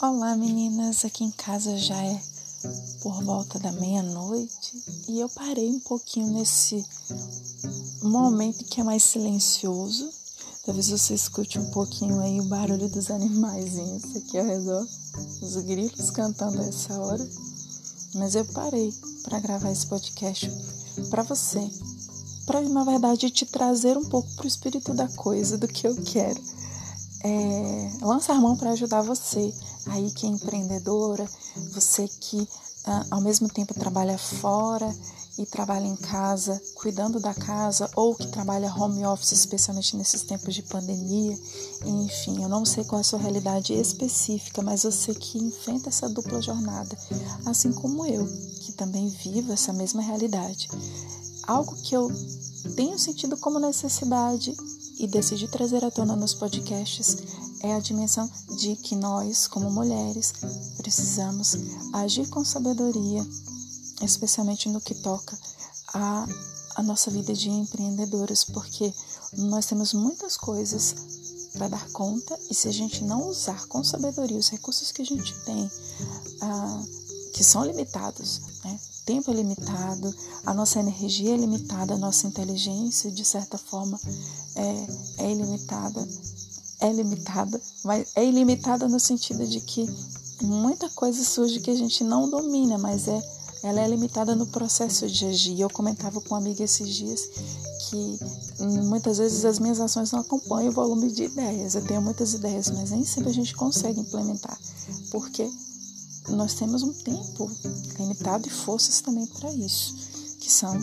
Olá meninas, aqui em casa já é por volta da meia-noite e eu parei um pouquinho nesse momento que é mais silencioso. Talvez você escute um pouquinho aí o barulho dos animaizinhos aqui ao redor, os grilos cantando a essa hora. Mas eu parei para gravar esse podcast para você, para na verdade te trazer um pouco para o espírito da coisa, do que eu quero. Lançar mão para ajudar você aí que é empreendedora, você que ao mesmo tempo trabalha fora e trabalha em casa, cuidando da casa, ou que trabalha home office, especialmente nesses tempos de pandemia. Enfim, eu não sei qual é a sua realidade específica, mas você que enfrenta essa dupla jornada, assim como eu, que também vivo essa mesma realidade. Algo que eu tenho sentido como necessidade e decidi trazer à tona nos podcasts é a dimensão de que nós, como mulheres, precisamos agir com sabedoria, especialmente no que toca a nossa vida de empreendedoras, porque nós temos muitas coisas para dar conta e se a gente não usar com sabedoria os recursos que a gente tem, que são limitados, né? Tempo é limitado, a nossa energia é limitada, a nossa inteligência, de certa forma, é ilimitada, mas é ilimitada no sentido de que muita coisa surge que a gente não domina, mas ela é limitada no processo de agir. Eu comentava com uma amiga esses dias que muitas vezes as minhas ações não acompanham o volume de ideias. Eu tenho muitas ideias, mas nem sempre a gente consegue implementar, porque nós temos um tempo limitado e forças também para isso, que são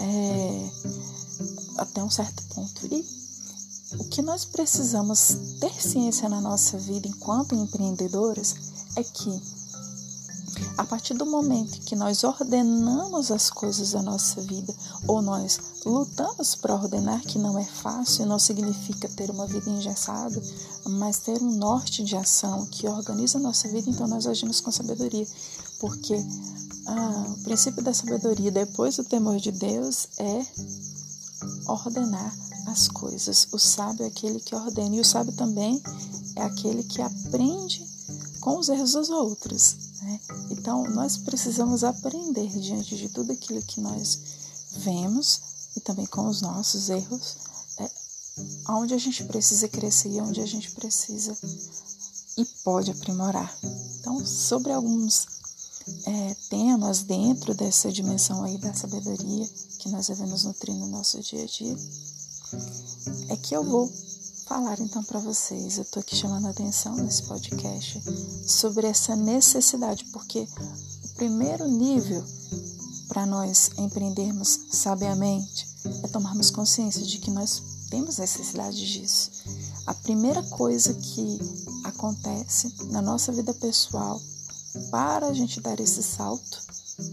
até um certo ponto. E o que nós precisamos ter ciência na nossa vida enquanto empreendedoras é que a partir do momento que nós ordenamos as coisas da nossa vida, ou nós lutamos para ordenar, que não é fácil, não significa ter uma vida engessada, mas ter um norte de ação que organiza a nossa vida, então nós agimos com sabedoria. Porque o princípio da sabedoria, depois do temor de Deus, é ordenar as coisas. O sábio é aquele que ordena, e o sábio também é aquele que aprende com os erros dos outros, né? Então, nós precisamos aprender diante de tudo aquilo que nós vemos e também com os nossos erros, onde a gente precisa crescer e onde a gente precisa e pode aprimorar. Então, sobre alguns temas dentro dessa dimensão aí da sabedoria que nós devemos nutrir no nosso dia a dia, é que eu vou falar então para vocês. Eu estou aqui chamando a atenção nesse podcast sobre essa necessidade, porque o primeiro nível para nós empreendermos sabiamente é tomarmos consciência de que nós temos necessidade disso. A primeira coisa que acontece na nossa vida pessoal para a gente dar esse salto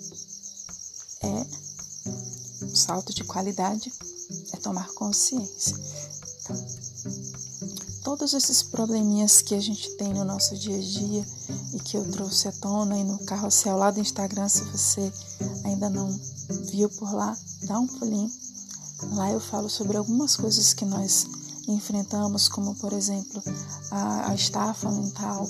é um salto de qualidade, é tomar consciência. Então, todos esses probleminhas que a gente tem no nosso dia a dia e que eu trouxe à tona aí no carrossel lá do Instagram, se você ainda não viu por lá, dá um pulinho. Lá eu falo sobre algumas coisas que nós enfrentamos, como por exemplo a estafa mental,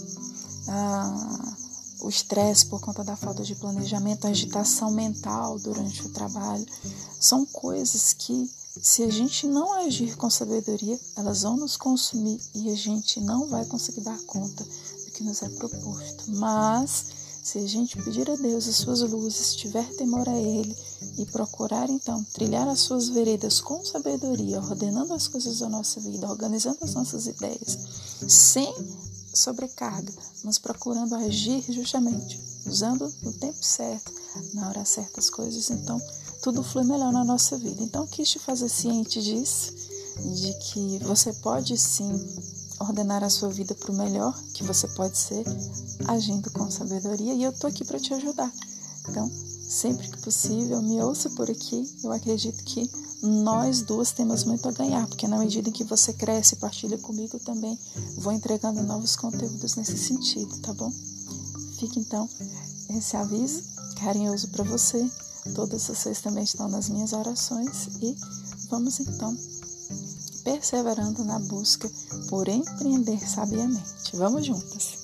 o estresse por conta da falta de planejamento, a agitação mental durante o trabalho. São coisas que, se a gente não agir com sabedoria, elas vão nos consumir e a gente não vai conseguir dar conta do que nos é proposto. Mas, se a gente pedir a Deus as suas luzes, tiver temor a Ele e procurar, então, trilhar as suas veredas com sabedoria, ordenando as coisas da nossa vida, organizando as nossas ideias, sem sobrecarga, mas procurando agir justamente, usando no tempo certo, na hora certa as coisas, então tudo flui melhor na nossa vida. Então eu quis te fazer ciente disso, de que você pode sim ordenar a sua vida para o melhor, que você pode ser agindo com sabedoria, e eu estou aqui para te ajudar. Então, sempre que possível, me ouça por aqui. Eu acredito que nós duas temos muito a ganhar, porque na medida em que você cresce e partilha comigo, eu também vou entregando novos conteúdos nesse sentido, tá bom? Fique então esse aviso carinhoso para você. Todas vocês também estão nas minhas orações e vamos então perseverando na busca por empreender sabiamente. Vamos juntas!